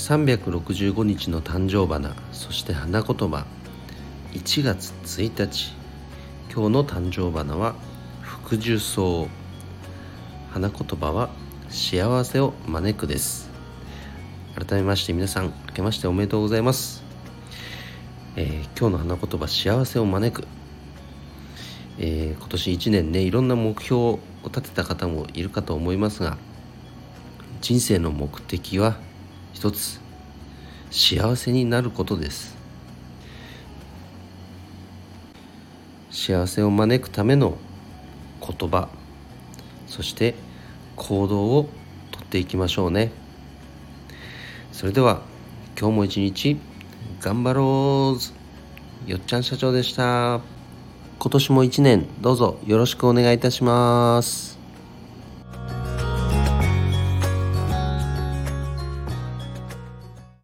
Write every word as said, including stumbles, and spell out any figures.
さんびゃくろくじゅうごにちの誕生花、そして花言葉。いちがつついたち、今日の誕生花は福寿草、花言葉は幸せを招くです。改めまして皆さん、明けましておめでとうございます。えー、今日の花言葉、幸せを招く。えー、今年いちねんね、いろんな目標を立てた方もいるかと思いますが、人生の目的は一つ、幸せになることです。幸せを招くための言葉、そして行動をとっていきましょうね。それでは今日も一日頑張ろう。よっちゃん社長でした。今年も一年どうぞよろしくお願いいたします。